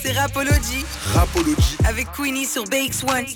C'est Rapology. Rapology. Avec Queenie sur BX1.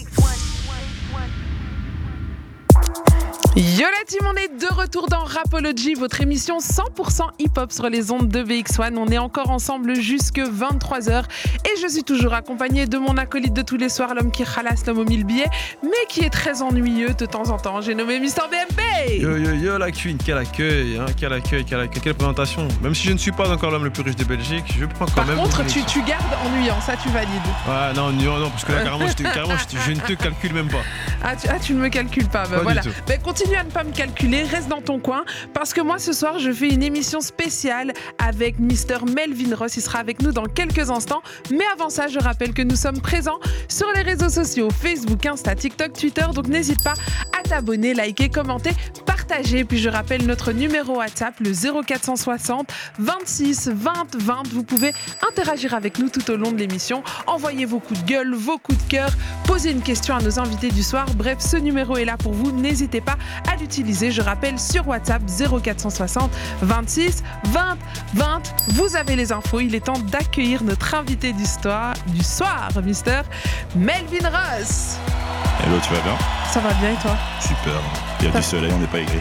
Yo la team, on est de retour dans Rapology, votre émission 100% hip-hop sur les ondes de BX1. On est encore ensemble jusque 23h et je suis toujours accompagnée de mon acolyte de tous les soirs, l'homme qui ralasse l'homme aux 1000 billets, mais qui est très ennuyeux de temps en temps. J'ai nommé Mr BMP. Yo yo yo la Queen, quel accueil, quelle présentation. Même si je ne suis pas encore l'homme le plus riche de Belgique, je prends quand même. Par contre, tu gardes ennuyant, ça tu valides. Ouais, non, parce que là carrément, je ne te calcule même pas. Tu ne me calcules pas. Pas voilà. du tout. Continue à ne pas me calculer, reste dans ton coin, parce que moi ce soir je fais une émission spéciale avec Mr Melvin Ross. Il sera avec nous dans quelques instants, mais avant ça je rappelle que nous sommes présents sur les réseaux sociaux, Facebook, Insta, TikTok, Twitter, donc n'hésite pas à t'abonner, liker, commenter, partager. Puis je rappelle notre numéro WhatsApp, le 0460 26 20 20. Vous pouvez interagir avec nous tout au long de l'émission, envoyer vos coups de gueule, vos coups de cœur, poser une question à nos invités du soir. Bref, ce numéro est là pour vous, n'hésitez pas à l'utiliser. Je rappelle sur WhatsApp 0460 26 20 20. Vous avez les infos, il est temps d'accueillir notre invité du soir, Mr Melvin Ross. Hello, tu vas bien? Ça va bien et toi? Super, il y a du soleil, on n'est pas aigri.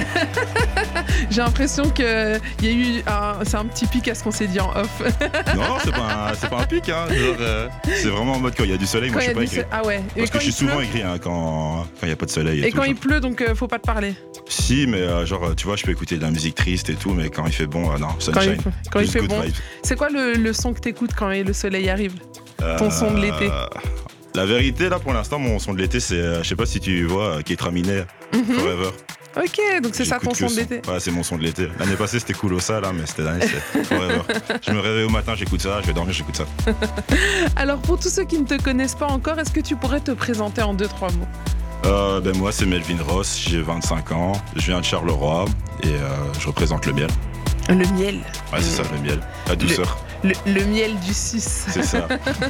J'ai l'impression qu'il y a eu c'est un petit pic à ce qu'on s'est dit en off. Non, c'est pas un pic, hein. C'est vraiment en mode quand il y a du soleil, moi je suis pas aigri. Ah ouais. Parce que je suis souvent aigri quand il n'y a pas de soleil. Et quand il pleut, donc faut pas te parler. Si, mais tu vois, je peux écouter de la musique triste et tout, mais quand il fait bon, non, sunshine. Quand il fait bon. Vibes. C'est quoi le son que t'écoutes quand le soleil arrive? Ton son de l'été? La vérité, là, pour l'instant, mon son de l'été, c'est, je sais pas si tu vois, Keitra Minet, Forever. Ok, donc c'est ça ton son de l'été. Ouais, c'est mon son de l'été. L'année passée, c'était Kulosa, là, mais cette année, c'est Forever. Je me réveille au matin, j'écoute ça, je vais dormir, j'écoute ça. Alors, pour tous ceux qui ne te connaissent pas encore, est-ce que tu pourrais te présenter en 2-3 mots? Moi, c'est Melvin Ross, j'ai 25 ans, je viens de Charleroi et je représente le miel. Le miel. Ouais, c'est ça, le miel. La douceur. Le miel du 6. C'est ça.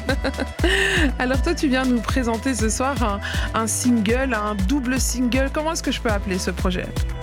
Alors toi, tu viens nous présenter ce soir un single, un double single. Comment est-ce que je peux appeler ce projet?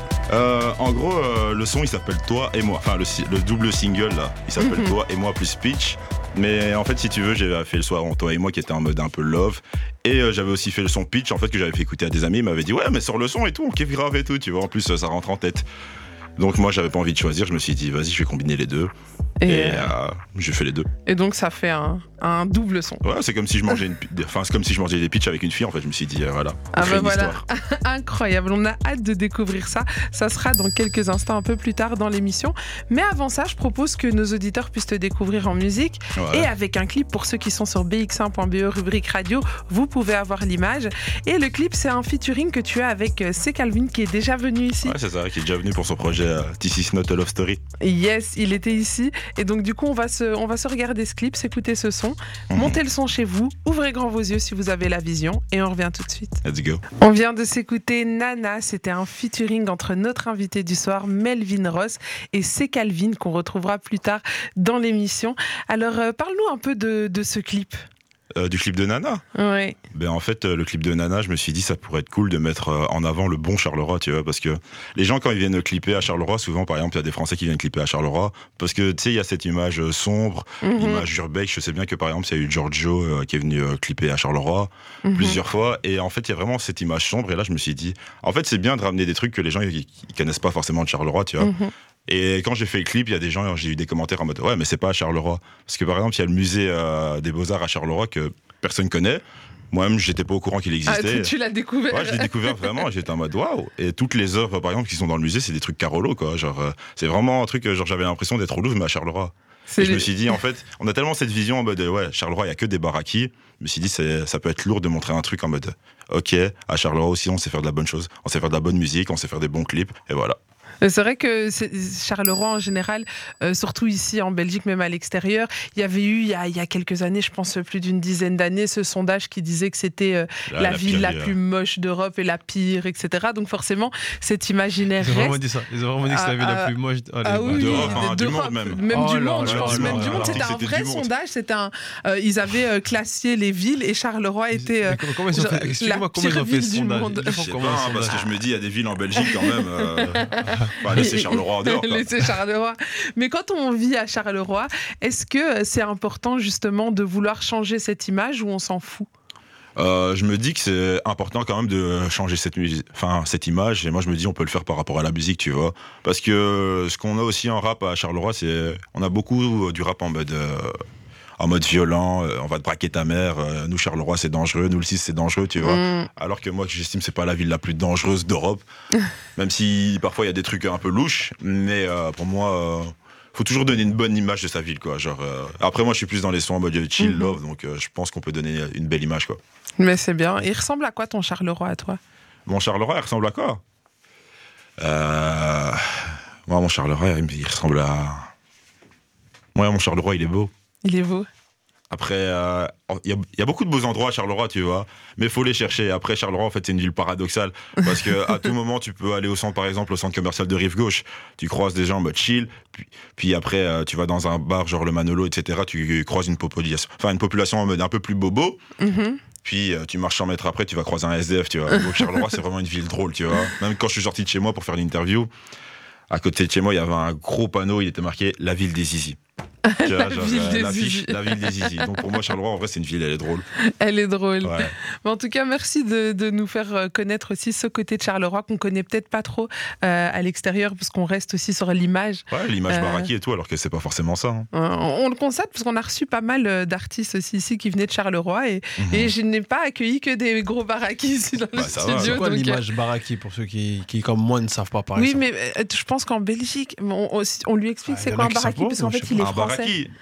En gros, le son, il s'appelle Toi et moi. Enfin, le double single, là, il s'appelle Toi et moi plus Pitch. Mais en fait, si tu veux, j'avais fait le soir en Toi et moi qui était en mode un peu love. Et j'avais aussi fait le son Pitch, en fait, que j'avais fait écouter à des amis. Ils m'avaient dit, ouais, mais sur le son et tout, on kiffe grave et tout, tu vois. En plus, ça rentre en tête. Donc moi, j'avais pas envie de choisir. Je me suis dit, vas-y, je vais combiner les deux. Et j'ai fait les deux. Et donc, ça fait un double son. Ouais, c'est comme si je mangeais c'est comme si je mangeais des pitchs avec une fille. En fait, je me suis dit, voilà. Histoire. Incroyable. On a hâte de découvrir ça. Ça sera dans quelques instants, un peu plus tard dans l'émission. Mais avant ça, je propose que nos auditeurs puissent te découvrir en musique. Ouais. Et avec un clip, pour ceux qui sont sur bx1.be, rubrique radio, vous pouvez avoir l'image. Et le clip, c'est un featuring que tu as avec C. Calvin, qui est déjà venu ici. Ouais, c'est ça, qui est déjà venu pour son projet This Is Not a Love Story. Yes, il était ici. Et donc, du coup, on va se regarder ce clip, s'écouter ce son. Montez le son chez vous, ouvrez grand vos yeux si vous avez la vision et on revient tout de suite. Let's go. On vient de s'écouter Nana, c'était un featuring entre notre invité du soir, Melvin Ross, et C. Calvin qu'on retrouvera plus tard dans l'émission. Alors, parle-nous un peu de ce clip. Du clip de Nana? Oui. Ben en fait, le clip de Nana, je me suis dit ça pourrait être cool de mettre en avant le bon Charleroi, tu vois, parce que les gens quand ils viennent clipper à Charleroi, souvent par exemple il y a des Français qui viennent clipper à Charleroi, parce que tu sais il y a cette image sombre, image urbaine. Je sais bien que par exemple il y a eu Giorgio qui est venu clipper à Charleroi plusieurs fois, et en fait il y a vraiment cette image sombre. Et là je me suis dit, en fait c'est bien de ramener des trucs que les gens ils connaissent pas forcément de Charleroi, tu vois. Et quand j'ai fait le clip, il y a des gens, j'ai eu des commentaires en mode ouais mais c'est pas à Charleroi, parce que par exemple il y a le musée des Beaux-Arts à Charleroi que personne connaît. Moi-même, j'étais pas au courant qu'il existait. Ah, tu l'as découvert? Ouais, je l'ai découvert vraiment. J'étais en mode waouh. Et toutes les œuvres, par exemple, qui sont dans le musée, c'est des trucs Carolo, quoi. Genre, c'est vraiment un truc. Genre, j'avais l'impression d'être au Louvre, mais à Charleroi. Et je me suis dit, en fait, on a tellement cette vision en mode ouais, Charleroi, il y a que des baraquis. Je me suis dit, ça peut être lourd de montrer un truc en mode ok, à Charleroi aussi, on sait faire de la bonne chose, on sait faire de la bonne musique, on sait faire des bons clips, et voilà. C'est vrai que Charleroi en général, surtout ici en Belgique, même à l'extérieur, il y avait eu il y a quelques années, je pense plus d'une dizaine d'années, ce sondage qui disait que c'était la ville la plus moche d'Europe et la pire, etc. Donc forcément, cet imaginaire reste. Ils ont vraiment dit ça. Ils ont vraiment dit que c'est la ville la plus moche d'Europe, du monde même. Même du monde, je pense même du monde. C'était un vrai sondage. Ils avaient classé les villes et Charleroi était comment ils ont fait ce sondage? monde. Je sais pas, parce que je me dis, il y a des villes en Belgique quand même. Enfin, laisser Charleroi en dehors. Quoi. Laisser Charleroi. Mais quand on vit à Charleroi, est-ce que c'est important justement de vouloir changer cette image ou on s'en fout ? Je me dis que c'est important quand même de changer cette image, et moi je me dis on peut le faire par rapport à la musique, tu vois, parce que ce qu'on a aussi en rap à Charleroi, c'est on a beaucoup du rap en mode violent, on va te braquer ta mère, nous Charleroi c'est dangereux, nous le 6 c'est dangereux, tu vois, alors que moi j'estime que c'est pas la ville la plus dangereuse d'Europe, même si parfois il y a des trucs un peu louches, mais pour moi faut toujours donner une bonne image de sa ville, quoi. Genre, après moi je suis plus dans les sons en mode chill, love, donc je pense qu'on peut donner une belle image, quoi. Mais c'est bien. Il ressemble à quoi ton Charleroi à toi ? Mon Charleroi, il ressemble à quoi ? Moi, mon Charleroi, il ressemble à... Moi, mon Charleroi, il est beau. Il est beau. Après, il y a beaucoup de beaux endroits à Charleroi, tu vois, mais il faut les chercher. Après, Charleroi, en fait, c'est une ville paradoxale, parce qu'à tout moment, tu peux aller au centre, par exemple, au centre commercial de Rive-Gauche, tu croises des gens en mode chill, puis après, tu vas dans un bar, genre le Manolo, etc., tu croises une population en mode un peu plus bobo, puis tu marches 100 mètres après, tu vas croiser un SDF, tu vois. Donc Charleroi, c'est vraiment une ville drôle, tu vois. Même quand je suis sorti de chez moi pour faire l'interview, à côté de chez moi, il y avait un gros panneau, il était marqué « La ville des Zizi ». La ville des Zizi. Donc pour moi, Charleroi, en vrai, c'est une ville, elle est drôle. Elle est drôle. Ouais. Mais en tout cas, merci de nous faire connaître aussi ce côté de Charleroi qu'on connaît peut-être pas trop à l'extérieur, parce qu'on reste aussi sur l'image. Ouais, l'image baraki et tout, alors que c'est pas forcément ça. Hein. On le constate parce qu'on a reçu pas mal d'artistes aussi ici qui venaient de Charleroi et je n'ai pas accueilli que des gros barakis ici dans le studio. C'est quoi l'image baraki pour ceux qui, comme moi, ne savent pas parler? Oui, mais je pense qu'en Belgique, on lui explique c'est quoi un baraki, parce qu'en fait, il est français.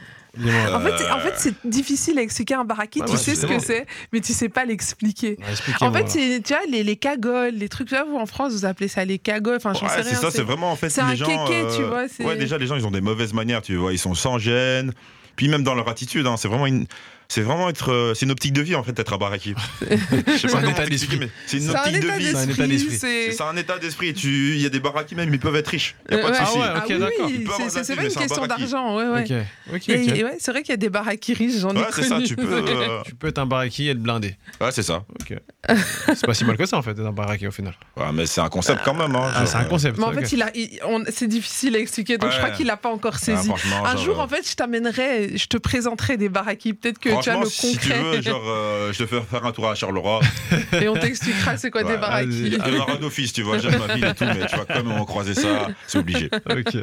En fait, c'est difficile à expliquer un baraki. Tu sais ce que c'est, mais tu sais pas l'expliquer. En fait, c'est, tu vois, les cagoles, les trucs. Là, vous en France, vous appelez ça les cagoles. Enfin, j'en sais rien. C'est ça, c'est vraiment en fait. C'est les un gens, kéké, tu vois. Ouais, déjà, les gens, ils ont des mauvaises manières, tu vois. Ils sont sans gêne. Puis même dans leur attitude, hein, c'est vraiment être. C'est une optique de vie en fait, être un baraki. Je sais pas comment t'expliquer, mais c'est une optique de vie. C'est un état d'esprit. C'est un état d'esprit. Il y a des baraki même, ils peuvent être riches. Il y a pas de souci. Ok, d'accord. C'est pas une question d'argent. Ouais. C'est vrai qu'il y a des baraki riches, j'en ai connu. C'est ça, tu peux être un baraki et être blindé. Ouais, c'est ça. Ok. C'est pas si mal que ça en fait, être un baraki au final. Ouais, mais c'est un concept quand même. C'est un concept. Mais en fait, c'est difficile à expliquer, donc je crois qu'il l'a pas encore saisi. Un jour, en fait, je te présenterai des barakis. Peut-être que tu as le concret. Si tu veux, je te fais faire un tour à Charleroi. Et on t'expliquera c'est quoi des barakis. Un office, tu vois, j'aime ma ville et tout, mais tu vas quand même croiser ça, c'est obligé. Ok.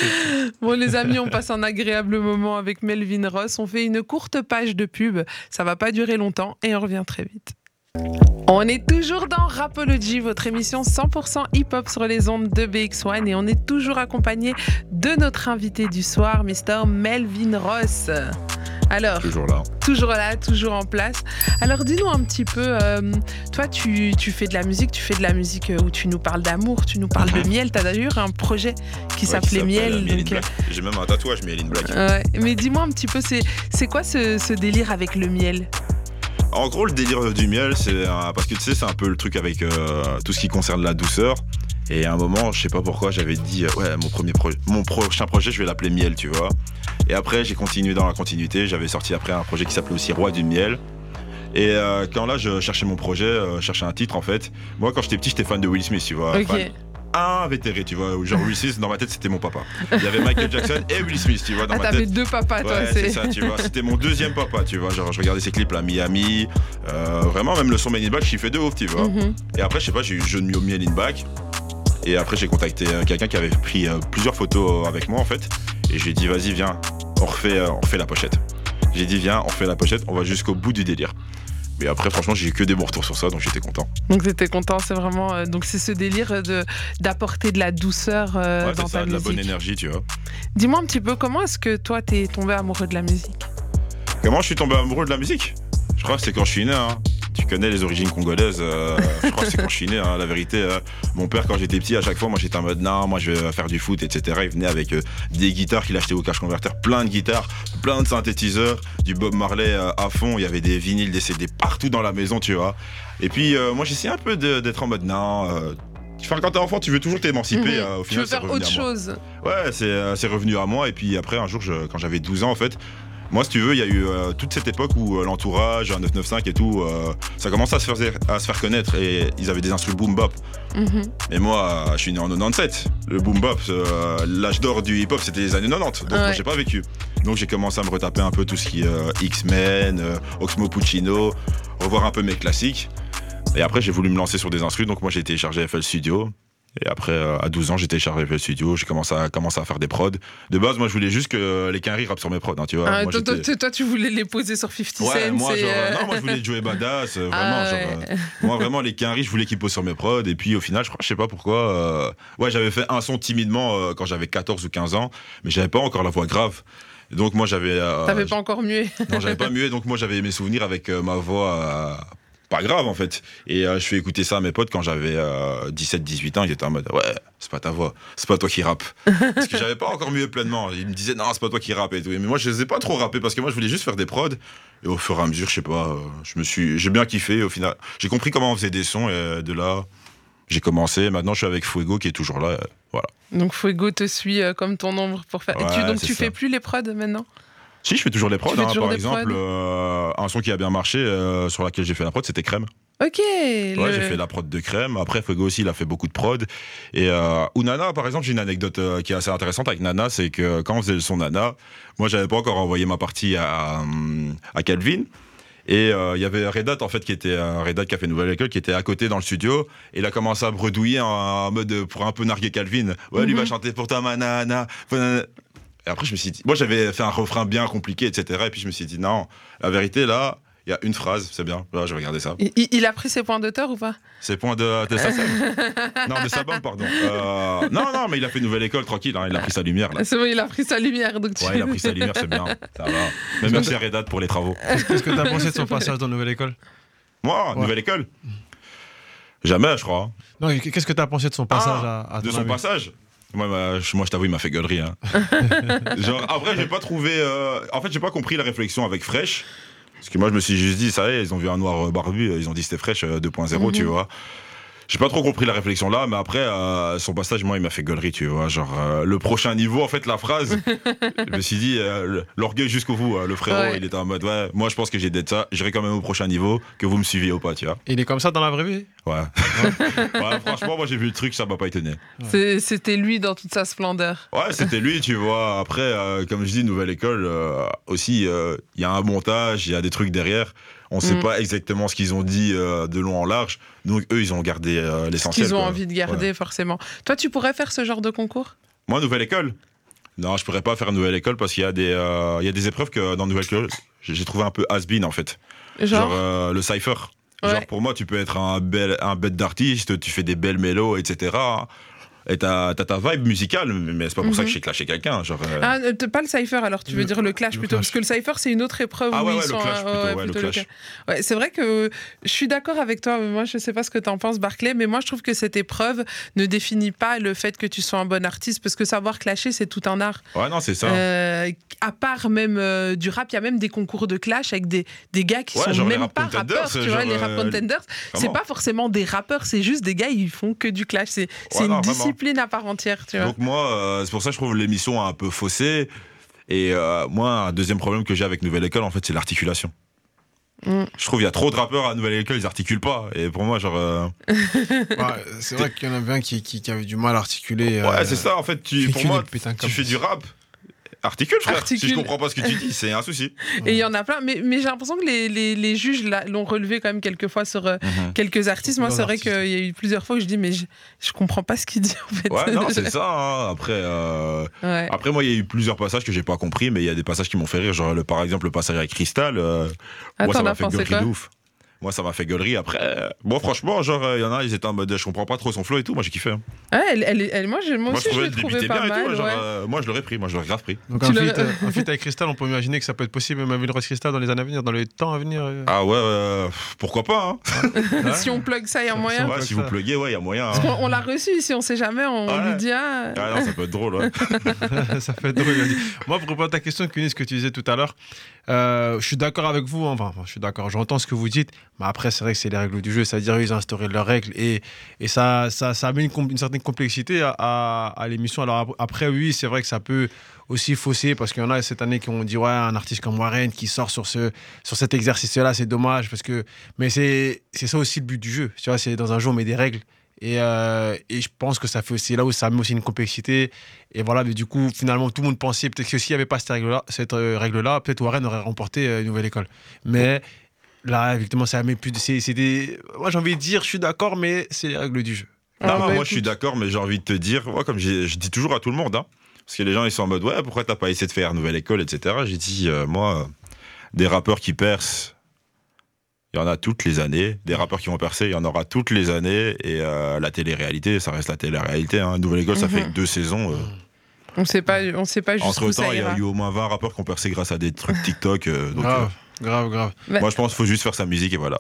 Bon, les amis, on passe un agréable moment avec Melvin Ross. On fait une courte page de pub. Ça va pas durer longtemps et on revient très vite. On est toujours dans Rapology, votre émission 100% hip-hop sur les ondes de BX1 et on est toujours accompagné de notre invité du soir, Mr. Melvin Ross. Alors, toujours là, toujours en place. Alors, dis-nous un petit peu, toi, tu fais de la musique où tu nous parles d'amour, tu nous parles de miel. Tu as d'ailleurs un projet qui s'appelait Miel. Donc, j'ai même un tatouage, Miel in Black. Mais dis-moi un petit peu, c'est quoi ce délire avec le miel ? En gros, le délire du miel, c'est parce que tu sais, c'est un peu le truc avec tout ce qui concerne la douceur. Et à un moment, je sais pas pourquoi, j'avais dit mon prochain projet, je vais l'appeler Miel, tu vois. Et après, j'ai continué dans la continuité. J'avais sorti après un projet qui s'appelait aussi Roi du miel. Et quand là, je cherchais mon projet, cherchais un titre en fait. Moi, quand j'étais petit, j'étais fan de Will Smith, tu vois. Okay. Invétéré, tu vois, genre Will Smith, dans ma tête c'était mon papa. Il y avait Michael Jackson et Will Smith, tu vois, dans ma tête. T'avais deux papas, toi. Ouais, c'est ça, tu vois, c'était mon deuxième papa, tu vois, genre je regardais ses clips là, Miami, vraiment même le son Men in Black, je kiffais de ouf, tu vois. Et après, je sais pas, j'ai eu jeu de Miel in Black, et après j'ai contacté quelqu'un qui avait pris plusieurs photos avec moi en fait, et je lui ai dit vas-y viens, on refait la pochette. J'ai dit viens, on fait la pochette, on va jusqu'au bout du délire. Et après, franchement, j'ai eu que des bons retours sur ça, donc j'étais content. Donc t'étais content, c'est vraiment... donc c'est ce délire d'apporter de la douceur dans ta musique. De la bonne énergie, tu vois. Dis-moi un petit peu, comment est-ce que toi, t'es tombé amoureux de la musique ? Comment je suis tombé amoureux de la musique ? Je crois que c'est quand je suis né, hein. Tu connais les origines congolaises, je crois que c'est quand je suis né, hein. La vérité, mon père quand j'étais petit, à chaque fois, moi j'étais en mode non, moi je vais faire du foot, etc. Il venait avec des guitares qu'il achetait au cash converter, plein de guitares, plein de synthétiseurs, du Bob Marley à fond, il y avait des vinyles, des CD partout dans la maison, tu vois. Et puis moi j'essayais un peu d'être en mode non... Enfin, quand t'es enfant, tu veux toujours t'émanciper. Au final, tu veux faire autre chose. Ouais, c'est revenu à moi. Et puis après, un jour, quand j'avais 12 ans, en fait, Moi, si tu veux, il y a eu toute cette époque où l'entourage, un 995 et tout, ça commençait à se faire connaître et ils avaient des instruments boom bap. Et moi, je suis né en 97. Le boom bap, l'âge d'or du hip-hop, c'était les années 90. Donc, moi, j'ai pas vécu. Donc, j'ai commencé à me retaper un peu tout ce qui est X-Men, Oxmo Puccino, revoir un peu mes classiques. Et après, j'ai voulu me lancer sur des instruments. Donc, moi, j'ai téléchargé FL Studio. Et après, à 12 ans, j'ai téléchargé FL Studio, j'ai commencé à faire des prods. De base, moi, je voulais juste que les Quinry rappent sur mes prods, hein, tu vois. Ah, toi, tu voulais les poser sur 50 Cent. Ouais, moi, non, moi, je voulais Joey Badass, vraiment. Moi, vraiment, les Quinry, je voulais qu'ils posent sur mes prods. Et puis, au final, je sais pas pourquoi. J'avais fait un son timidement quand j'avais 14 ou 15 ans, mais j'avais pas encore la voix grave. Et donc, moi, j'avais. T'avais pas encore mué. Non, j'avais pas mué, donc moi, j'avais mes souvenirs avec ma voix. Pas grave en fait. Et je fais écouter ça à mes potes quand j'avais 17-18 ans. Ils étaient en mode ouais, c'est pas ta voix, c'est pas toi qui rappe. Parce que j'avais pas encore mué pleinement. Ils me disaient non, c'est pas toi qui rappe et tout. Mais moi je les ai pas trop rappé parce que moi je voulais juste faire des prods. Et au fur et à mesure, je sais pas, j'ai bien kiffé. Au final, j'ai compris comment on faisait des sons et de là, j'ai commencé. Maintenant, je suis avec Fuego qui est toujours là. Voilà. Donc Fuego te suit comme ton ombre pour faire. Ouais, donc tu fais plus les prods maintenant? Si, je fais toujours les prods. Par exemple, un son qui a bien marché, sur laquelle j'ai fait la prod, c'était Crème. Ok. Ouais, j'ai fait la prod de Crème. Après, Fuego aussi, il a fait beaucoup de prod. Et ou Nana, par exemple, j'ai une anecdote qui est assez intéressante avec Nana, c'est que quand on faisait le son Nana, moi, j'avais pas encore envoyé ma partie à Calvin. Et il y avait Redat en fait qui était Redat qui a fait Nouvelle École qui était à côté dans le studio et il a commencé à bredouiller en mode pour un peu narguer Calvin. Ouais, lui va chanter pour ta manana. Et après, je me suis dit, moi j'avais fait un refrain bien compliqué, etc. Et puis je me suis dit, non, la vérité là, il y a une phrase, c'est bien. Là, je vais regarder ça. Il a pris ses points d'auteur ou pas? Ses points de Sassem. Non, de Sabam, pardon. Non, mais il a fait Nouvelle École, tranquille, hein, il a pris sa lumière. Là. C'est bon, il a pris sa lumière. Donc Ouais, il a pris sa lumière, c'est bien. Ça va. Mais merci à Redat pour les travaux. Qu'est-ce que t'as pensé de son passage dans Nouvelle École? Moi, Nouvelle École jamais, je crois. Non, qu'est-ce que t'as pensé de son passage à de son passage? Moi, je t'avoue, il m'a fait gueulerie. Hein. Genre, après, j'ai pas trouvé. En fait, j'ai pas compris la réflexion avec Fresh. Parce que moi, je me suis juste dit, ça y est, ils ont vu un noir barbu, ils ont dit c'était Fresh 2.0, tu vois. J'ai pas trop compris la réflexion là, mais après, son passage, moi, il m'a fait gueulerie, tu vois. Genre, le prochain niveau, en fait, la phrase, je me suis dit, l'orgueil jusqu'au bout, le frérot, il était en mode, ouais, moi, je pense que j'ai d'être ça, j'irai quand même au prochain niveau, que vous me suiviez ou pas, tu vois. Il est comme ça dans la vraie vie? Ouais. Franchement, moi, j'ai vu le truc, ça m'a pas étonné. C'était lui dans toute sa splendeur. Ouais, c'était lui, tu vois. Après, comme je dis, Nouvelle École, aussi, il y a un montage, il y a des trucs derrière. On sait pas exactement ce qu'ils ont dit de long en large. Donc, eux, ils ont gardé l'essentiel. Ce qu'ils ont envie de garder, forcément. Toi, tu pourrais faire ce genre de concours? Moi, Nouvelle École? Non, je pourrais pas faire Nouvelle École parce qu'il y a des épreuves que dans Nouvelle École, j'ai trouvé un peu has-been, en fait. Genre le cypher. Ouais. Genre, pour moi, tu peux être un bête d'artiste, tu fais des belles mélos, etc. Et t'as ta vibe musicale, mais c'est pas pour ça que je sais clasher quelqu'un. Genre, pas le cypher, alors tu veux dire le clash plutôt, parce que le cypher c'est une autre épreuve. Ah ouais, le clash plutôt, le clash. Ouais, c'est vrai que je suis d'accord avec toi, mais moi je sais pas ce que t'en penses, Barclay, mais moi je trouve que cette épreuve ne définit pas le fait que tu sois un bon artiste, parce que savoir clasher c'est tout un art. Ouais, non, c'est ça. À part même du rap, il y a même des concours de clash avec des gars qui sont même pas rappeurs, tu vois, les rap contenders. C'est pas forcément des rappeurs, c'est juste des gars, ils font que du clash. C'est une discipline à part entière, tu vois. Donc moi, c'est pour ça que je trouve l'émission un peu faussée. Et moi, un deuxième problème que j'ai avec Nouvelle École, en fait, c'est l'articulation. Je trouve qu'il y a trop de rappeurs à Nouvelle École, ils articulent pas. Et pour moi, genre. C'est vrai qu'il y en avait un qui avait du mal à articuler. Ouais, c'est ça, en fait. Pour moi, tu fais du rap. Articule, frère. Si je comprends pas ce que tu dis, c'est un souci. Et il y en a plein, mais j'ai l'impression que les juges l'ont relevé quand même quelques fois sur quelques artistes. Moi, c'est vrai qu'il y a eu plusieurs fois où je dis, mais je comprends pas ce qu'il dit en fait. Ouais, non, c'est ça. Hein. Après, moi, il y a eu plusieurs passages que j'ai pas compris, mais il y a des passages qui m'ont fait rire. Genre, par exemple, le passage avec Crystal. Moi, ça m'a fait gueulerie de ouf. Moi, ça m'a fait gueulerie. Après, bon, franchement, genre, il y en a, ils étaient en mode, je comprends pas trop son flow et tout. Moi, j'ai kiffé. Hein. Ouais, moi aussi, je l'ai trouvé pas mal. Tout, genre, moi, je l'aurais pris. Moi, je l'aurais grave pris. Donc, un feat avec Crystal, on peut imaginer que ça peut être possible, même avec Rose Crystal dans les années à venir, dans les temps à venir. Ah ouais, pourquoi pas. Hein. Si on plug ça, il y a moyen. Ouais, si vous pluguez, ouais, il y a moyen. Hein. Parce qu'on l'a reçu ici, on sait jamais, on lui dit. Ah non, ça peut être drôle, ouais. Ça peut être drôle. Moi, pour répondre à ta question, Kunis, ce que tu disais tout à l'heure, je suis d'accord avec vous. Enfin, je suis d'accord, j'entends ce que vous dites. Mais après, c'est vrai que c'est les règles du jeu, c'est-à-dire ils ont instauré leurs règles et ça amène une certaine complexité à l'émission. Alors après, oui, c'est vrai que ça peut aussi fausser parce qu'il y en a cette année qui ont dit ouais, un artiste comme Warren qui sort sur cet exercice-là, c'est dommage parce que mais c'est ça aussi le but du jeu. Tu vois, c'est dans un jeu on met des règles. Et je pense que c'est là où ça met aussi une complexité. Et voilà, mais du coup, finalement, tout le monde pensait peut-être que s'il n'y avait pas cette règle-là, peut-être Warren aurait remporté une nouvelle école. Mais là, effectivement, ça met plus de. Moi, j'ai envie de dire, je suis d'accord, mais c'est les règles du jeu. Moi, je suis d'accord, mais j'ai envie de te dire, moi, comme je dis toujours à tout le monde, hein, parce que les gens, ils sont en mode, ouais, pourquoi t'as pas essayé de faire une nouvelle école, etc. J'ai dit, moi, des rappeurs qui percent, il y en a toutes les années. Des rappeurs qui vont percer, il y en aura toutes les années. Et la télé-réalité, ça reste la télé-réalité. Hein. Nouvelle école, ça fait que 2 saisons. On sait pas jusqu'où ça ira. Entre-temps, il y a eu au moins 20 rappeurs qui ont percé grâce à des trucs TikTok. Donc, grave. Moi, je pense qu'il faut juste faire sa musique et voilà.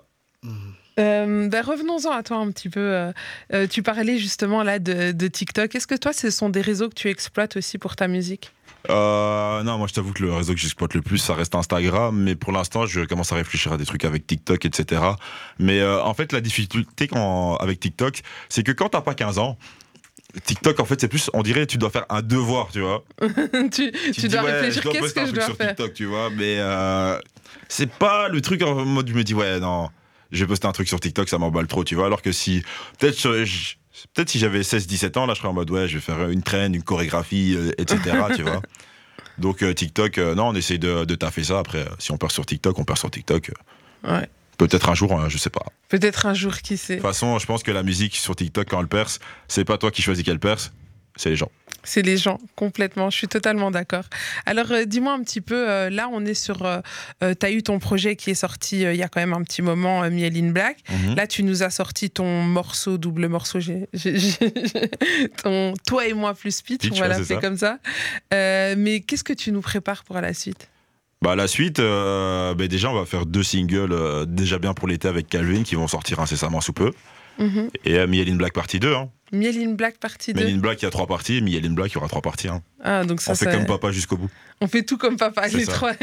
Revenons-en à toi un petit peu. Tu parlais justement là de TikTok. Est-ce que toi, ce sont des réseaux que tu exploites aussi pour ta musique ? Non, moi je t'avoue que le réseau que j'exploite le plus, ça reste Instagram, mais pour l'instant je commence à réfléchir à des trucs avec TikTok, etc. Mais en fait la difficulté avec TikTok, c'est que quand t'as pas 15 ans, TikTok en fait c'est plus, on dirait tu dois faire un devoir, tu vois. tu dois réfléchir, qu'est-ce que je dois sur faire TikTok, tu vois, mais c'est pas le truc en mode je me dis ouais non, je vais poster un truc sur TikTok, ça m'emballe trop, tu vois, alors que si peut-être si j'avais 16-17 ans, là, je serais en mode, ouais, je vais faire une traîne, une chorégraphie, etc., tu vois. Donc, TikTok, non, on essaye de taffer ça. Après, si on part sur TikTok, on part sur TikTok. Ouais. Peut-être un jour, je sais pas. Peut-être un jour, qui sait. De toute façon, je pense que la musique sur TikTok, quand elle perce, c'est pas toi qui choisis qu'elle perce, c'est les gens. C'est les gens, complètement. Je suis totalement d'accord. Alors, dis-moi un petit peu, là, on est sur... tu as eu ton projet qui est sorti il y a quand même un petit moment, Miel in Black. Mm-hmm. Là, tu nous as sorti ton morceau, double morceau, ton Toi et moi plus Pitch, on va l'appeler comme ça. Mais qu'est-ce que tu nous prépares pour la suite ? La suite, déjà, on va faire 2 singles déjà bien pour l'été avec Calvin qui vont sortir incessamment sous peu. Mm-hmm. Et Miel in Black partie 2, hein. Miel in Black partie 2. Miel in Black, il y a 3 parties. Miel in Black, il y aura 3 parties. Hein. Ah, donc ça, on fait comme papa jusqu'au bout. On fait tout comme papa, les trois.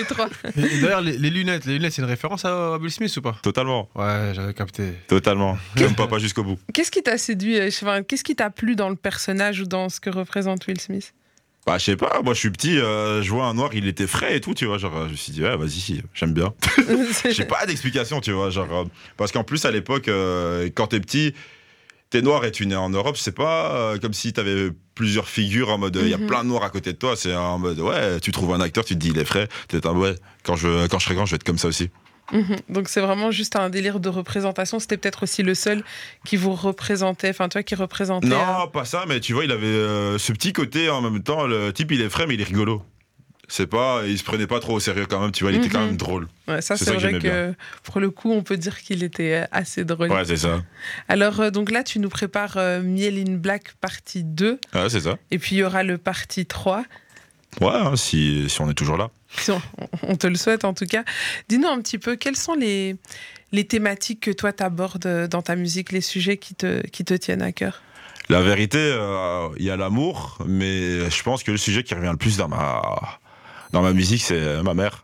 Et d'ailleurs, les lunettes, c'est une référence à Will Smith ou pas ? Totalement. Ouais, j'avais capté. Totalement. Comme papa jusqu'au bout. Qu'est-ce qui t'a séduit ? Qu'est-ce qui t'a plu dans le personnage ou dans ce que représente Will Smith ? Je sais pas, moi je suis petit, je vois un noir, il était frais et tout, tu vois, genre, je me suis dit, ouais, vas-y, j'aime bien. J'ai pas d'explication, tu vois, genre, parce qu'en plus, à l'époque, quand t'es petit, t'es noir et tu nais en Europe, c'est pas comme si t'avais plusieurs figures en mode, il y a plein de noirs à côté de toi, c'est en mode, ouais, tu trouves un acteur, tu te dis, il est frais, t'es un, ouais, quand je serai grand, je vais être comme ça aussi. Donc c'est vraiment juste un délire de représentation. C'était peut-être aussi le seul qui vous représentait, enfin toi qui représentais. Non, pas ça, mais tu vois, il avait ce petit côté en même temps. Le type, il est frais, mais il est rigolo. C'est pas, il se prenait pas trop au sérieux quand même. Tu vois, il était quand même drôle. Ouais, ça c'est vrai que pour le coup, on peut dire qu'il était assez drôle. Ouais, c'est ça. Alors donc là, tu nous prépares Miel in Black partie 2. Ouais, c'est ça. Et puis il y aura le partie 3. Ouais, hein, si on est toujours là. On te le souhaite en tout cas. Dis-nous un petit peu, quelles sont les thématiques que toi t'abordes dans ta musique, les sujets qui te tiennent à cœur ? La vérité, il y a l'amour, mais je pense que le sujet qui revient le plus dans ma musique, c'est ma mère.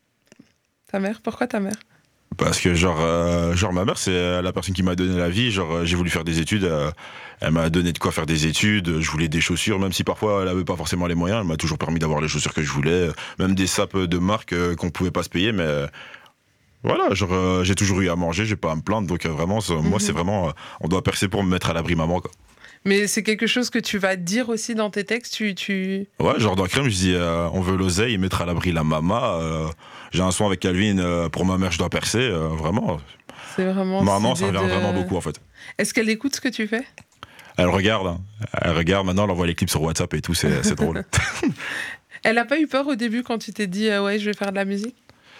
Ta mère ? Pourquoi ta mère ? Parce que genre ma mère, c'est la personne qui m'a donné la vie. Genre j'ai voulu faire des études, elle m'a donné de quoi faire des études. Je voulais des chaussures, même si parfois elle avait pas forcément les moyens. Elle m'a toujours permis d'avoir les chaussures que je voulais, même des sapes de marque qu'on pouvait pas se payer. Mais voilà, genre j'ai toujours eu à manger, j'ai pas à me plaindre. Donc vraiment, moi c'est vraiment, on doit percer pour me mettre à l'abri maman, quoi. Mais c'est quelque chose que tu vas dire aussi dans tes textes, Ouais, genre dans Crème, je dis on veut l'oseille, mettre à l'abri la maman. J'ai un son avec Calvin, pour ma mère, je dois percer, vraiment. C'est vraiment... Maman, ça revient vraiment beaucoup, en fait. Est-ce qu'elle écoute ce que tu fais ? Elle regarde, maintenant, elle envoie les clips sur WhatsApp et tout, c'est drôle. Elle a pas eu peur au début quand tu t'es dit ouais, je vais faire de la musique ?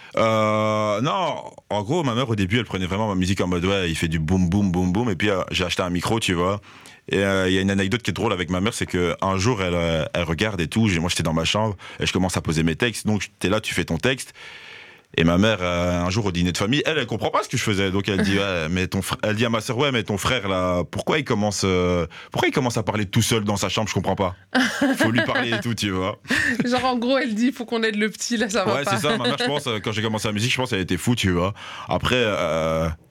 Non, en gros, ma mère, au début, elle prenait vraiment ma musique en mode, ouais, il fait du boum, boum, boum, boum, et puis j'ai acheté un micro, tu vois. Et il y a une anecdote qui est drôle avec ma mère, c'est qu'un jour, elle regarde et tout, moi j'étais dans ma chambre, et je commence à poser mes textes, donc t'es là, tu fais ton texte. Et ma mère, un jour au dîner de famille, elle comprend pas ce que je faisais. Donc elle dit, ouais, mais elle dit à ma sœur, ouais, mais ton frère là, pourquoi il commence à parler tout seul dans sa chambre, je comprends pas. Faut lui parler et tout, tu vois. Genre en gros, elle dit, faut qu'on aide le petit, là ça va pas. Ouais, c'est ça. Ma mère, je pense, quand j'ai commencé la musique, je pense qu'elle était fou, tu vois. Après,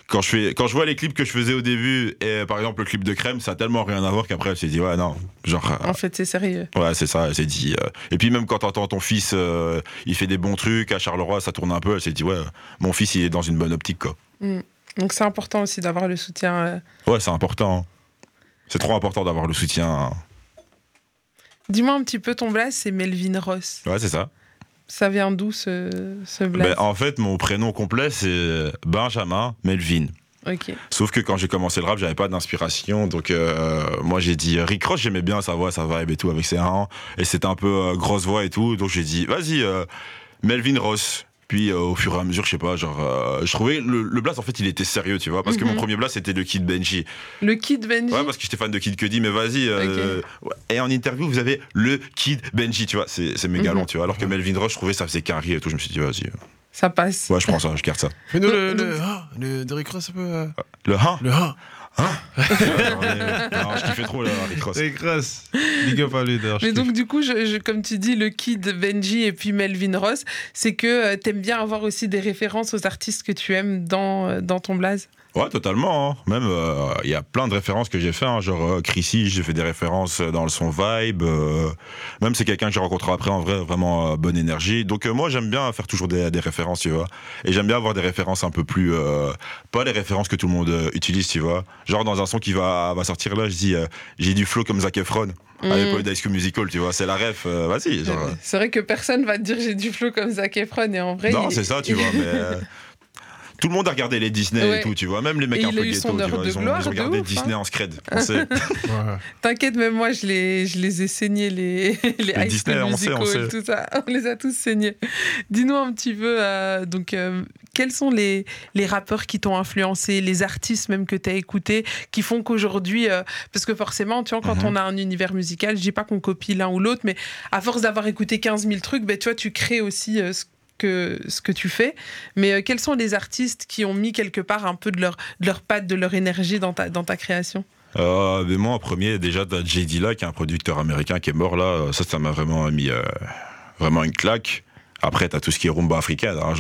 quand je vois les clips que je faisais au début, et par exemple le clip de Crème, ça a tellement rien à voir qu'après elle s'est dit, ouais, non, genre. En fait, c'est sérieux. Ouais, c'est ça, elle s'est dit. Et puis même quand t'entends ton fils, il fait des bons trucs, à Charleroi, ça tourne un peu, elle s'est dit, ouais, mon fils, il est dans une bonne optique, quoi. Donc c'est important aussi d'avoir le soutien. Ouais, c'est important. C'est trop important d'avoir le soutien. Dis-moi un petit peu, ton blaze, c'est Melvin Ross. Ouais, c'est ça. Ça vient d'où ce blaze? En fait, mon prénom complet, c'est Benjamin Melvin. Ok. Sauf que quand j'ai commencé le rap, j'avais pas d'inspiration. Donc, moi, j'ai dit Rick Ross, j'aimais bien sa voix, sa vibe et tout, avec ses 1. Et c'était un peu grosse voix et tout. Donc, j'ai dit, vas-y, Melvin Ross. Puis, au fur et à mesure, je sais pas, genre, je trouvais le blast, en fait, il était sérieux, tu vois. Parce que mon premier blast, c'était le Kid Benji. Le Kid Benji? Ouais, parce que j'étais fan de Kid Cudi, mais vas-y. Ouais. Et en interview, vous avez le Kid Benji, tu vois. C'est méga long, tu vois. Alors que Melvin Ross, je trouvais ça faisait carré et tout. Je me suis dit, vas-y. Ça passe. Ouais, je prends ça, je garde ça. Fais-nous le de Rick Ross un peu. Le hein? Le hein? Non, je kiffais trop le Rick Ross. Rick Ross. Big up à lui d'ailleurs. Mais donc du coup, comme tu dis, le Kid Benji et puis Melvin Ross, c'est que t'aimes bien avoir aussi des références aux artistes que tu aimes dans ton blaze? Ouais, totalement. Hein. Même, il y a plein de références que j'ai fait. Hein. Genre, Chrissy, j'ai fait des références dans le son Vibe. Même, c'est quelqu'un que j'ai rencontré après, en vrai, vraiment bonne énergie. Donc, moi, j'aime bien faire toujours des références, tu vois. Et j'aime bien avoir des références un peu plus... pas les références que tout le monde utilise, tu vois. Genre, dans un son qui va sortir là, je dis, j'ai du flow comme Zac Efron. À l'époque d'High School Musical, tu vois, c'est la ref, vas-y. Genre... C'est vrai que personne va te dire j'ai du flow comme Zac Efron, et en vrai... Non, c'est ça, tu vois, mais... Tout le monde a regardé les Disney et tout, tu vois. Même les mecs un peu ghetto, tu vois. Ils ont regardé Disney en scred. T'inquiète, même moi, je les ai saignés, les High School Musical et tout ça. On les a tous saignés. Dis-nous un petit peu, quels sont les rappeurs qui t'ont influencé, les artistes même que t'as écoutés, qui font qu'aujourd'hui... parce que forcément, tu vois, quand on a un univers musical, je dis pas qu'on copie l'un ou l'autre, mais à force d'avoir écouté 15 000 trucs, tu vois, tu crées aussi... ce que tu fais, mais quels sont les artistes qui ont mis quelque part un peu de leur patte, de leur énergie dans ta création? Mais moi en premier, déjà t'as Jay Dilla qui est un producteur américain qui est mort là, ça m'a vraiment mis vraiment une claque. Après t'as tout ce qui est rumba africaine, hein,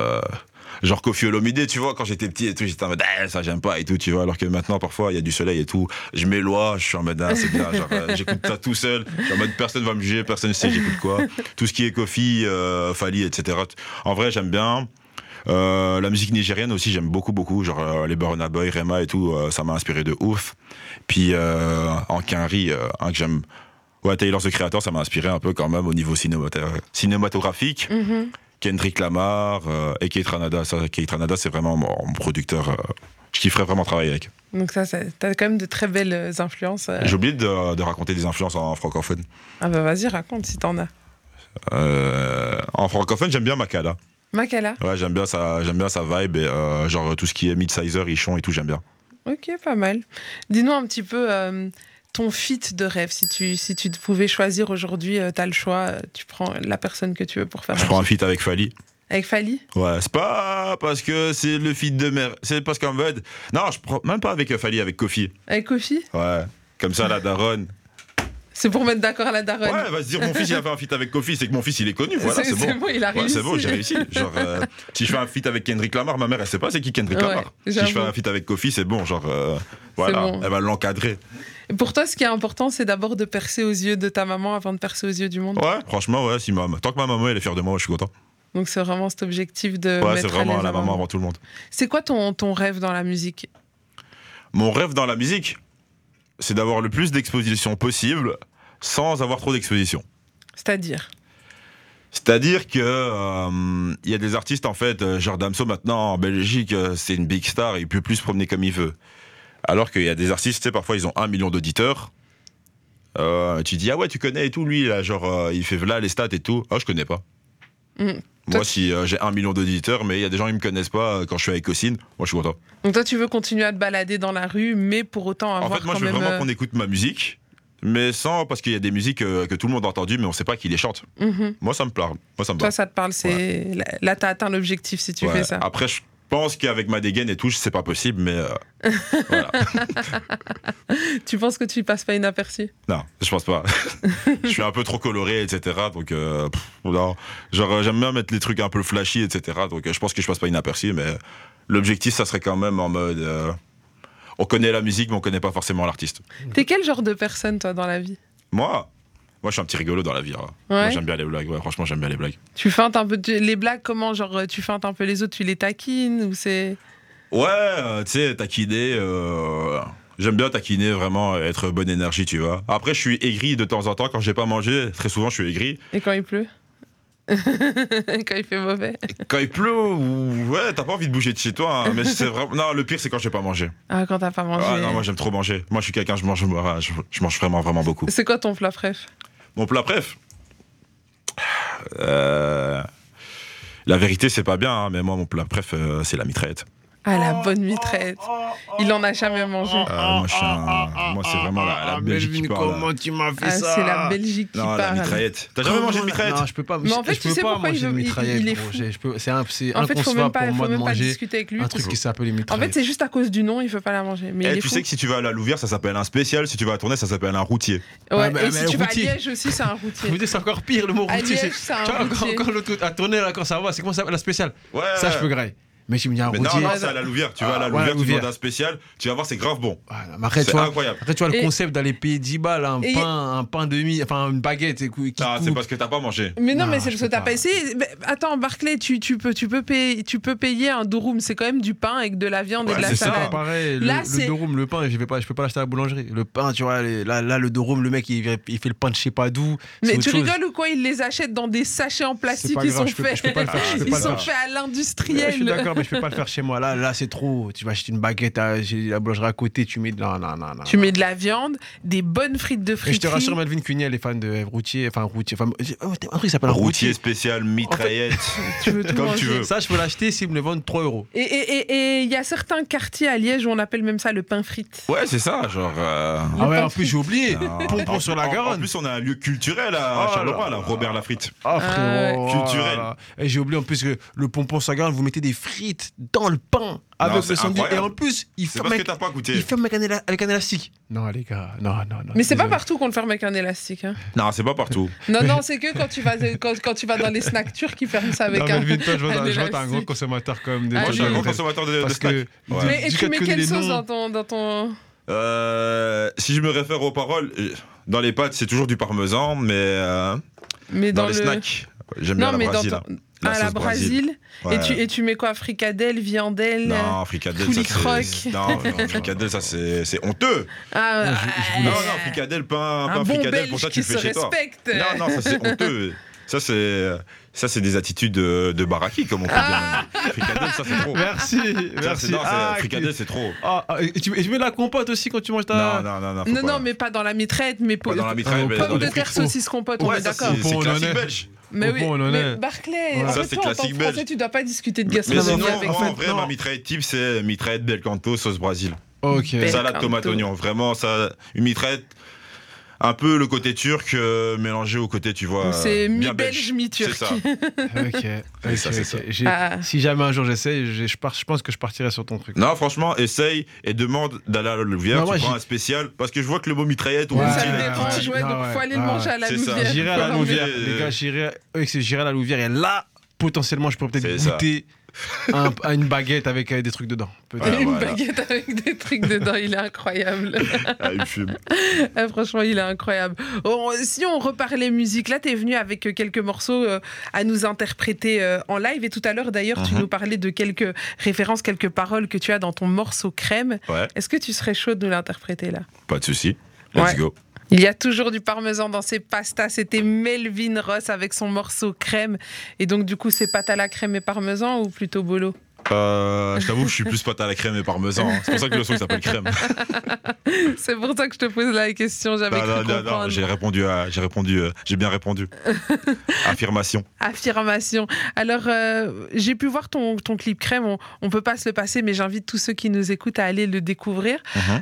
genre Koffi Olomide, tu vois, quand j'étais petit et tout, j'étais en mode ça j'aime pas et tout, tu vois, alors que maintenant parfois il y a du soleil et tout, je m'éloigne, je suis en mode c'est bien, genre j'écoute ça tout seul, je suis en mode personne va me juger, personne ne sait j'écoute quoi, tout ce qui est Koffi, Fally, etc. En vrai j'aime bien. La musique nigérienne aussi j'aime beaucoup, genre les Burna Boy, Rema et tout, ça m'a inspiré de ouf. Puis en Quinry, que j'aime, ouais, Tyler the Creator, ça m'a inspiré un peu quand même au niveau cinématographique. Kendrick Lamar et Keith Ranada. Keith Ranada, c'est vraiment mon producteur. Je kifferais vraiment travailler avec. Donc ça, t'as quand même de très belles influences. J'ai oublié de raconter des influences en francophone. Ah bah vas-y, raconte si t'en as. En francophone, j'aime bien Makala. Makala? Ouais, j'aime bien sa vibe et genre tout ce qui est Midsizer, Ichon et tout, j'aime bien. Ok, pas mal. Dis-nous un petit peu... ton feat de rêve, si tu pouvais choisir aujourd'hui, t'as le choix, tu prends la personne que tu veux pour faire Je prends un feat avec Fally. Avec Fally? Ouais, c'est pas parce que c'est le feat de merde, c'est parce qu'en mode... Non, je prends même pas avec Fally, avec Kofi. Avec Kofi? Ouais, comme ça la daronne. C'est pour mettre d'accord à la daronne. Ouais, va se dire mon fils il a fait un feat avec Kofi, c'est que mon fils il est connu, voilà, c'est bon. C'est bon, il a réussi. Ouais, c'est bon, j'ai réussi. Genre, si je fais un feat avec Kendrick Lamar, ma mère elle sait pas c'est qui Kendrick Lamar. Si je fais un feat avec Kofi, c'est bon, genre, voilà, bon. Elle va l'encadrer. Et pour toi, ce qui est important, c'est d'abord de percer aux yeux de ta maman avant de percer aux yeux du monde. Ouais, franchement, ouais, tant que ma maman elle est fière de moi, je suis content. Donc c'est vraiment cet objectif de ouais, mettre c'est vraiment à l'aise la maman avant tout le monde. C'est quoi ton rêve dans la musique? Mon rêve dans la musique, c'est d'avoir le plus d'expositions possible sans avoir trop d'expositions. C'est-à-dire que y a des artistes en fait, genre Damso maintenant en Belgique, c'est une big star, il peut plus se promener comme il veut. Alors qu'il y a des artistes, tu sais, parfois ils ont 1 million d'auditeurs. Tu dis ah ouais tu connais et tout lui là, genre il fait là les stats et tout. Ah je connais pas. Moi si j'ai 1 million d'auditeurs, mais il y a des gens qui me connaissent pas quand je suis avec Ossine, moi je suis content. Donc toi tu veux continuer à te balader dans la rue, mais pour autant avoir. En fait moi je veux vraiment qu'on écoute ma musique. Mais sans, parce qu'il y a des musiques que tout le monde a entendues, mais on sait pas qui les chante. Moi, ça me parle. Toi, ça te parle. C'est... Ouais. Là, t'as atteint l'objectif si tu fais ça. Après, je pense qu'avec ma dégaine et tout, c'est pas possible, mais voilà. Tu penses que tu passes pas inaperçu? Non, je pense pas. Je suis un peu trop coloré, etc. Donc, non. Genre, j'aime bien mettre les trucs un peu flashy, etc. Donc, je pense que je passe pas inaperçu, mais L'objectif, ça serait quand même en mode... on connaît la musique, mais on connaît pas forcément l'artiste. T'es quel genre de personne, toi, dans la vie? Moi, je suis un petit rigolo dans la vie. Hein. Ouais. Moi, j'aime bien les blagues. Ouais, franchement, j'aime bien les blagues. Tu feintes un peu les blagues, comment? Genre, tu feintes un peu les autres, tu les taquines ou c'est... Ouais, tu sais, taquiner... J'aime bien taquiner, vraiment, être bonne énergie, tu vois. Après, je suis aigri de temps en temps. Quand j'ai pas mangé, très souvent, je suis aigri. Et quand il pleut? Quand il fait mauvais? Quand il pleut, ouais, t'as pas envie de bouger de chez toi. Hein, mais c'est vraiment... Non, le pire, c'est quand j'ai pas mangé. Ah, quand t'as pas mangé. Ah non, moi, j'aime trop manger. Moi, je suis quelqu'un, je mange vraiment, vraiment beaucoup. C'est quoi ton plat préf? Mon plat préf La vérité, c'est pas bien, hein, mais moi, mon plat préf, c'est la mitraillette. Ah, la bonne mitraillette. Il en a jamais mangé. Moi, c'est vraiment la Belgique qui Melvin, parle. comment tu m'as fait Ah, ça? c'est la Belgique qui Non, la parle. mitraillette. T'as jamais mangé de mitraillette? Non, je peux pas. Mais en fait, je tu peux sais pas pourquoi manger il de veut- mitraillette. il est gros. fou. C'est En fait, faut inconcevable même pas, pour moi faut de même pas manger discuter avec lui. un truc qui s'appelle les En mitraillettes. fait, c'est juste à cause du nom, il veut pas la manger. Mais il est Tu fou. sais que si tu vas à la Louvière, ça s'appelle un spécial. Si tu vas à Tournai, ça s'appelle un routier. Ouais, Ouais, mais et si tu vas à routier. Liège aussi, c'est un Je routier. vous dis, c'est encore pire le mot À routier. Liège, c'est un Tu vois, routier. encore l'autre à tourner là, quand ça va, c'est comment ça s'appelle la spéciale? Ouais. Ça, je peux grailler. Mais tu me dis un Mais routier. non, c'est à la Louvière. Tu vas à la Ah, Louvière, ouais, tu Louvière. demandes un spécial. Tu vas voir, c'est grave bon. Voilà, mais après, C'est tu vois, incroyable. après, tu vois le Et- concept d'aller payer 10 balles, un Et- pain demi, enfin une baguette qui Ah, c'est coupe. parce que t'as pas mangé. Mais non, Non, mais c'est je parce que peux t'as pas. pas essayé. Mais attends, Barclay, tu peux payer un durum. C'est quand même du pain avec de la viande et Ouais, de la c'est ça. salade. Pareil, Là, le c'est- durum, le pain, je peux pas l'acheter à la boulangerie. Le pain, tu vois, là, le durum, le mec, il fait le pain de je sais pas d'où. c'est Mais autre tu chose. rigoles ou quoi? Ils les achètent dans des sachets en plastique. pas Ils grave, sont faits. je peux pas le faire, je peux Ils pas le sont faire. faits à Ouais, l'industriel. je suis d'accord, mais je peux pas le faire chez moi. Là, c'est trop. Tu vas acheter une baguette, j'ai la boulangerie à côté, tu mets. Non. Tu mets de la viande, des bonnes frites de Et je te friterie. rassure, Melvin Cuny, elle est fan de routier. Enfin, un truc qui s'appelle un Routier routier. spécial, mitraillette. Tu veux tout Comme manger. tu veux. Ça, je peux l'acheter s'ils me le vendent 3 €. Et il y a certains quartiers à Liège où on appelle même ça le pain frite. Ouais, c'est ça, genre. Ah ouais, en plus, j'ai oublié. non. Pompon sur la En Garonne. plus, on a un lieu culturel à Oh Charleroi, là là, là. Robert Lafrite. Ah, frérot. ouais. Culturel. Voilà. Et j'ai oublié en plus que le pompon sur la Garonne, vous mettez des frites dans le pain avec c'est le sandwich. Et incroyable. en plus, il C'est ferme parce que t'as pas goûté. avec un élastique. Non, les gars, non. Mais c'est pas désolé. partout qu'on le ferme avec un élastique. Hein. Non, c'est pas partout. Non, c'est que quand tu vas dans les snacks turcs, ils ferment ça avec Non, un. Melvin, toi, je vois un que t'es un gros élastique. consommateur quand même. Ah, Moi, je suis un oui. grand consommateur de Parce snacks. que. Ouais. Mais et du tu fait mets que quelle les sauce noms- dans ton. Si je me réfère aux paroles, dans les pâtes, c'est toujours du parmesan, mais dans dans les le... snacks, j'aime bien Non, la mais dans Brésil. ton. Ah, la sauce Brésil. Ouais. Et tu mets quoi? Fricadelle, viandelle. Non, fricadelle, poulet ça croque. c'est. Non, fricadelle, ça c'est honteux. Ah, Non, fricadelle, pain un bon fricadelle, pour ça Belge tu qui le fais se chez toi. respecte. Non, ça c'est honteux. Ça c'est des attitudes de baraki, comme on peut dire. Fricadelle, ça c'est trop. Merci, Ça, merci. non, Ah, fricadelle, c'est trop. et tu mets de la compote aussi quand tu manges ta. Non, faut Non, pas. non, mais pas dans la mitraillette, mais Pas dans la mitraille, mais dans pommes de les terre, frites. saucisse compote, on Ouais, est ça d'accord. c'est Bon, on en classique est. belge. Mais Au oui, fond, on en mais est. Barclay, Ouais. en Ça, fait, c'est toi, en tant classique que Français, belge. tu dois pas discuter de Mais gastronomie sinon, avec en moi. vrai, non. ma mitraillette type, c'est mitraillette belcanto, sauce Brésil. Ok. Bel Salade, canto. tomate, oignon. Vraiment, ça, une mitraillette, un peu le côté turc mélangé au côté, tu vois. C'est bien mi-belge, mi-turc. C'est ça. Ok. ça, c'est ça. Ah. Si jamais un jour j'essaye, je pense que je partirai sur ton truc. Non, franchement, essaye et demande d'aller à la Louvière. Non, moi, Tu prends j'ai- un spécial. Parce que je vois que le mot mitraillette, Ouais, Ça routier, me là, dérange, tu- ouais, donc ouais, faut aller ouais. le manger à la C'est ça. Louvière. J'irai à la Faut Louvière, l'emmener. les gars, j'irai à la Louvière et là, potentiellement, je pourrais peut-être C'est ça. goûter à une baguette avec des trucs dedans. Peut-être. Ouais, Une voilà. baguette avec des trucs dedans, il est incroyable. Ah, il fume. Ah, franchement, il est incroyable. Si on reparlait musique, là, tu es venu avec quelques morceaux à nous interpréter en live. Et tout à l'heure, d'ailleurs, tu Mhm. nous parlais de quelques références, quelques paroles que tu as dans ton morceau Crème. Ouais, Est-ce que tu serais chaud de nous l'interpréter là? pas de souci. Let's Ouais. go. Il y a toujours du parmesan dans ses pastas. C'était Melvin Ross avec son morceau Crème. Et donc, du coup, c'est pâte à la crème et parmesan ou plutôt bolo? Je t'avoue que je suis plus pâte à la crème et parmesan. Hein. C'est pour ça que le son il s'appelle crème. C'est pour ça que je te pose la question. J'avais cru comprendre. J'ai bien répondu. Affirmation. Affirmation. Alors, j'ai pu voir ton clip Crème. On peut pas se le passer, mais j'invite tous ceux qui nous écoutent à aller le découvrir.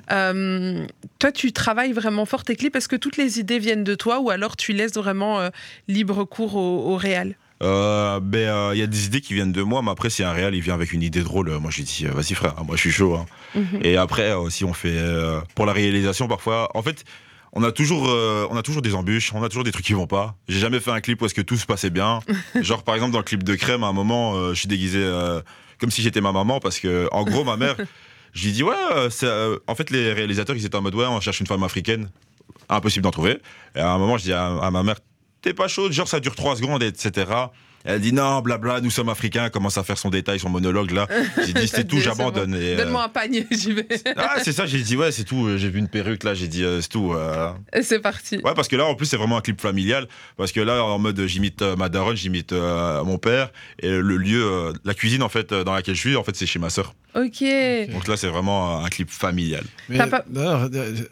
Toi, tu travailles vraiment fort tes clips. Est-ce que toutes les idées viennent de toi ou alors tu laisses vraiment libre cours au réal? Il y a des idées qui viennent de moi, mais après, si un réal il vient avec une idée drôle, moi je lui dis vas-y frère, moi je suis chaud. Hein. Et après, si on fait pour la réalisation, parfois, en fait, on a toujours des embûches, on a toujours des trucs qui vont pas. J'ai jamais fait un clip où est-ce que tout se passait bien. Genre par exemple dans le clip de Crème, à un moment, je suis déguisé comme si j'étais ma maman, parce que, en gros, ma mère, je lui dis, ouais, en fait, les réalisateurs, ils étaient en mode, ouais, on cherche une femme africaine, impossible d'en trouver. Et à un moment, je dis à ma mère, t'es pas chaude, genre ça dure 3 secondes, etc. Elle dit non, blabla, nous sommes africains, elle commence à faire son détail, son monologue là. J'ai dit c'est tout, j'abandonne. Bon. Donne-moi un panier, j'y vais. Ah, c'est ça, j'ai dit ouais, c'est tout, j'ai vu une perruque là, j'ai dit c'est tout. Et c'est parti. Ouais, parce que là en plus c'est vraiment un clip familial, parce que là en mode j'imite ma daronne, j'imite mon père, et le lieu, la cuisine en fait dans laquelle je suis, en fait c'est chez ma sœur. Ok. Donc là c'est vraiment un clip familial. Mais d'ailleurs,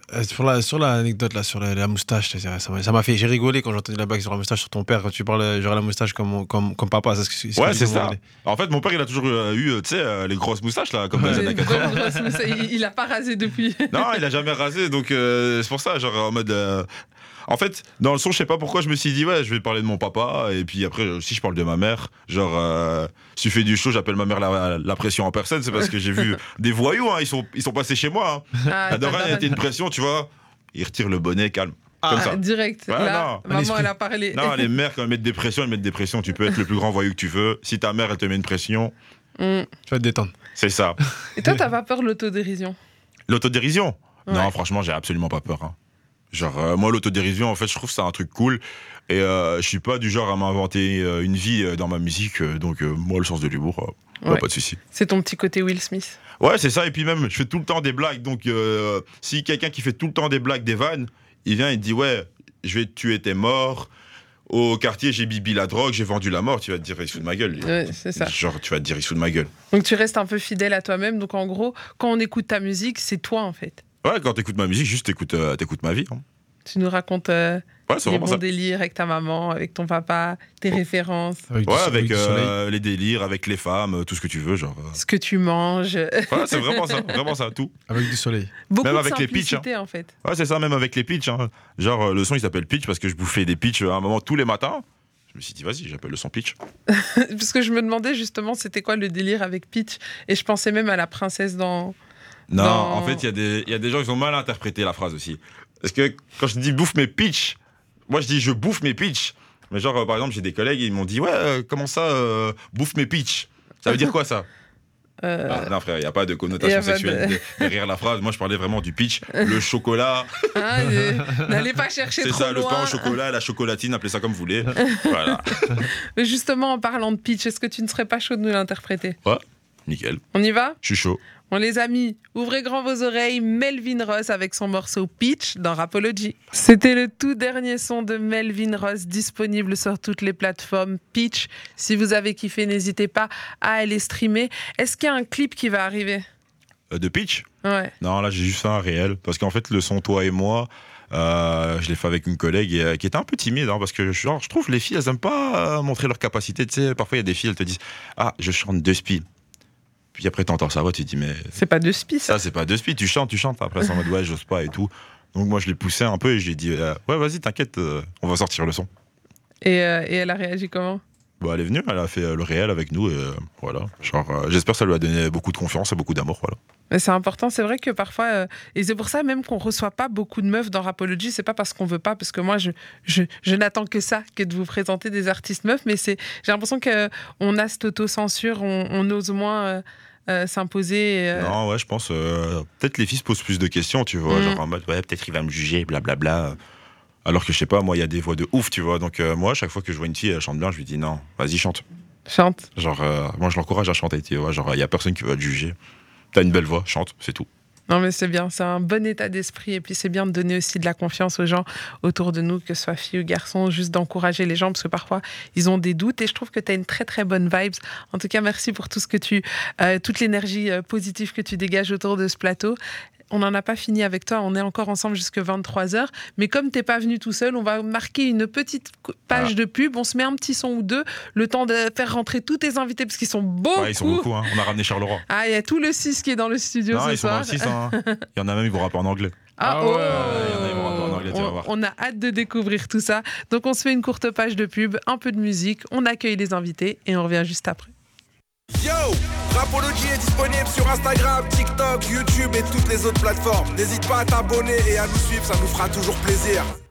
sur l'anecdote là, sur la moustache, ça m'a fait, j'ai rigolé quand j'ai entendu la blague sur la moustache sur ton père, quand tu parles genre la moustache comme papa. Ouais, c'est ça. En fait, mon père, il a toujours eu, tu sais, les grosses moustaches, là, comme dans les années 80. Il a pas rasé depuis. Non, il a jamais rasé, donc c'est pour ça, genre, en mode... En fait, dans le son, je sais pas pourquoi, je me suis dit, ouais, je vais parler de mon papa, et puis après, si je parle de ma mère, genre, si je fais du show, j'appelle ma mère la pression en personne, c'est parce que j'ai vu des voyous, hein, ils sont passés chez moi. Hein. La daronne, elle était une pression, tu vois, il retire le bonnet, calme. Comme ça. Direct. Ouais, là, maman, elle a parlé. Non, les mères, quand elles mettent des pressions, elles mettent des pressions. Tu peux être le plus grand voyou que tu veux. Si ta mère, elle te met une pression, tu vas te détendre. C'est ça. Et toi, t'as pas peur de l'autodérision? L'autodérision? Ouais. Non, franchement, j'ai absolument pas peur. Hein. Genre, moi, l'autodérision, en fait, je trouve ça un truc cool. Et je suis pas du genre à m'inventer une vie dans ma musique. Donc, moi, le sens de l'humour, pas de souci. C'est ton petit côté Will Smith. Ouais, c'est ça. Et puis même, je fais tout le temps des blagues. Donc, si quelqu'un qui fait tout le temps des blagues, des vannes, il vient, il te dit, ouais, je vais te tuer, t'es mort. Au quartier, j'ai bibi la drogue, j'ai vendu la mort. Tu vas te dire, il se fout de ma gueule. Ouais, c'est ça. Genre, tu vas te dire, il se fout de ma gueule. Donc tu restes un peu fidèle à toi-même. Donc en gros, quand on écoute ta musique, c'est toi en fait. Ouais, quand t'écoutes ma musique, juste t'écoutes ma vie. Hein. Tu nous racontes les bons délires avec ta maman, avec ton papa, tes références. Avec les délires, avec les femmes, tout ce que tu veux. Genre, Ce que tu manges. Ouais, c'est vraiment ça, tout. Avec du soleil. Beaucoup même de avec les pitchs. simplicité, en fait. Ouais, c'est ça, même avec les pitchs. Hein. Genre, le son, il s'appelle pitch parce que je bouffais des pitchs à un moment tous les matins. Je me suis dit, vas-y, j'appelle le son pitch. Parce que je me demandais justement, c'était quoi le délire avec pitch. Et je pensais même à la princesse dans... Non, en fait, il y a des gens qui ont mal interprété la phrase aussi. Parce que quand je dis bouffe mes pitchs, moi je dis je bouffe mes pitchs. Mais genre, par exemple, j'ai des collègues, ils m'ont dit, ouais, comment ça, bouffe mes pitchs? Ça veut dire quoi ça? Non frère, il n'y a pas de connotation sexuelle derrière la phrase. Moi je parlais vraiment du pitch, le chocolat. N'allez pas chercher trop loin. C'est ça, le pain au chocolat, la chocolatine, appelez ça comme vous voulez. Voilà. Mais justement, en parlant de pitch, est-ce que tu ne serais pas chaud de nous l'interpréter? Ouais, nickel. On y va? Je suis chaud. Bon les amis, ouvrez grand vos oreilles, Melvin Ross avec son morceau Pitch dans Rapology. C'était le tout dernier son de Melvin Ross, disponible sur toutes les plateformes Pitch. Si vous avez kiffé, n'hésitez pas à aller streamer. Est-ce qu'il y a un clip qui va arriver? De Pitch? Ouais. Non, là j'ai juste fait un réel, parce qu'en fait le son Toi et moi, je l'ai fait avec une collègue qui était un peu timide, hein, parce que genre, je trouve les filles, elles aiment pas montrer leur capacité. Tu sais, parfois il y a des filles, elles te disent « Ah, je chante 2 spies ». Puis après, t'entends sa voix, tu te dis, mais. C'est pas 2 spies, ça. Ça, c'est pas 2 spies. Tu chantes. Après, c'est en mode, ouais, j'ose pas et tout. Donc, moi, je l'ai poussé un peu et je lui ai dit, ouais, vas-y, t'inquiète, on va sortir le son. Et elle a réagi comment? Bah, elle est venue, elle a fait le réel avec nous et voilà. Genre, j'espère que ça lui a donné beaucoup de confiance et beaucoup d'amour, voilà. Mais c'est important, c'est vrai que parfois, et c'est pour ça même qu'on reçoit pas beaucoup de meufs dans Rapology, c'est pas parce qu'on veut pas, parce que moi, je n'attends que ça, que de vous présenter des artistes meufs, mais j'ai l'impression qu'on a cette autocensure, on ose moins s'imposer. Non, ouais, je pense, peut-être les filles se posent plus de questions, tu vois, genre en mode, ouais, peut-être il va me juger, blablabla. Alors que je sais pas, moi, il y a des voix de ouf, tu vois, donc moi, à chaque fois que je vois une fille, elle chante bien, je lui dis, non, vas-y, chante. Chante. Genre, moi, je l'encourage à chanter, tu vois, genre, il y a personne qui va te juger. T'as une belle voix, chante, c'est tout. Non mais c'est bien, c'est un bon état d'esprit et puis c'est bien de donner aussi de la confiance aux gens autour de nous, que ce soit filles ou garçons, juste d'encourager les gens parce que parfois ils ont des doutes et je trouve que tu as une très très bonne vibe. En tout cas, merci pour tout ce que toute l'énergie positive que tu dégages autour de ce plateau. On n'en a pas fini avec toi, on est encore ensemble jusqu'à 23h. Mais comme t'es pas venu tout seul, on va marquer une petite page de pub. On se met un petit son ou deux, le temps de faire rentrer tous tes invités, parce qu'ils sont beaucoup. Ouais, ils sont beaucoup, hein. On a ramené Charleroi. Ah, il y a tout le 6 qui est dans le studio non, ce ils soir. sont dans le 6, hein. Il y en a même, ils vont rapper en anglais. Ah, ouais. oh. Il y en a, ils vont rapper en anglais, tu vas voir. On a hâte de découvrir tout ça. Donc on se fait une courte page de pub, un peu de musique, on accueille les invités et on revient juste après. Yo, Rapology est disponible sur Instagram, TikTok, YouTube et toutes les autres plateformes. N'hésite pas à t'abonner et à nous suivre, ça nous fera toujours plaisir.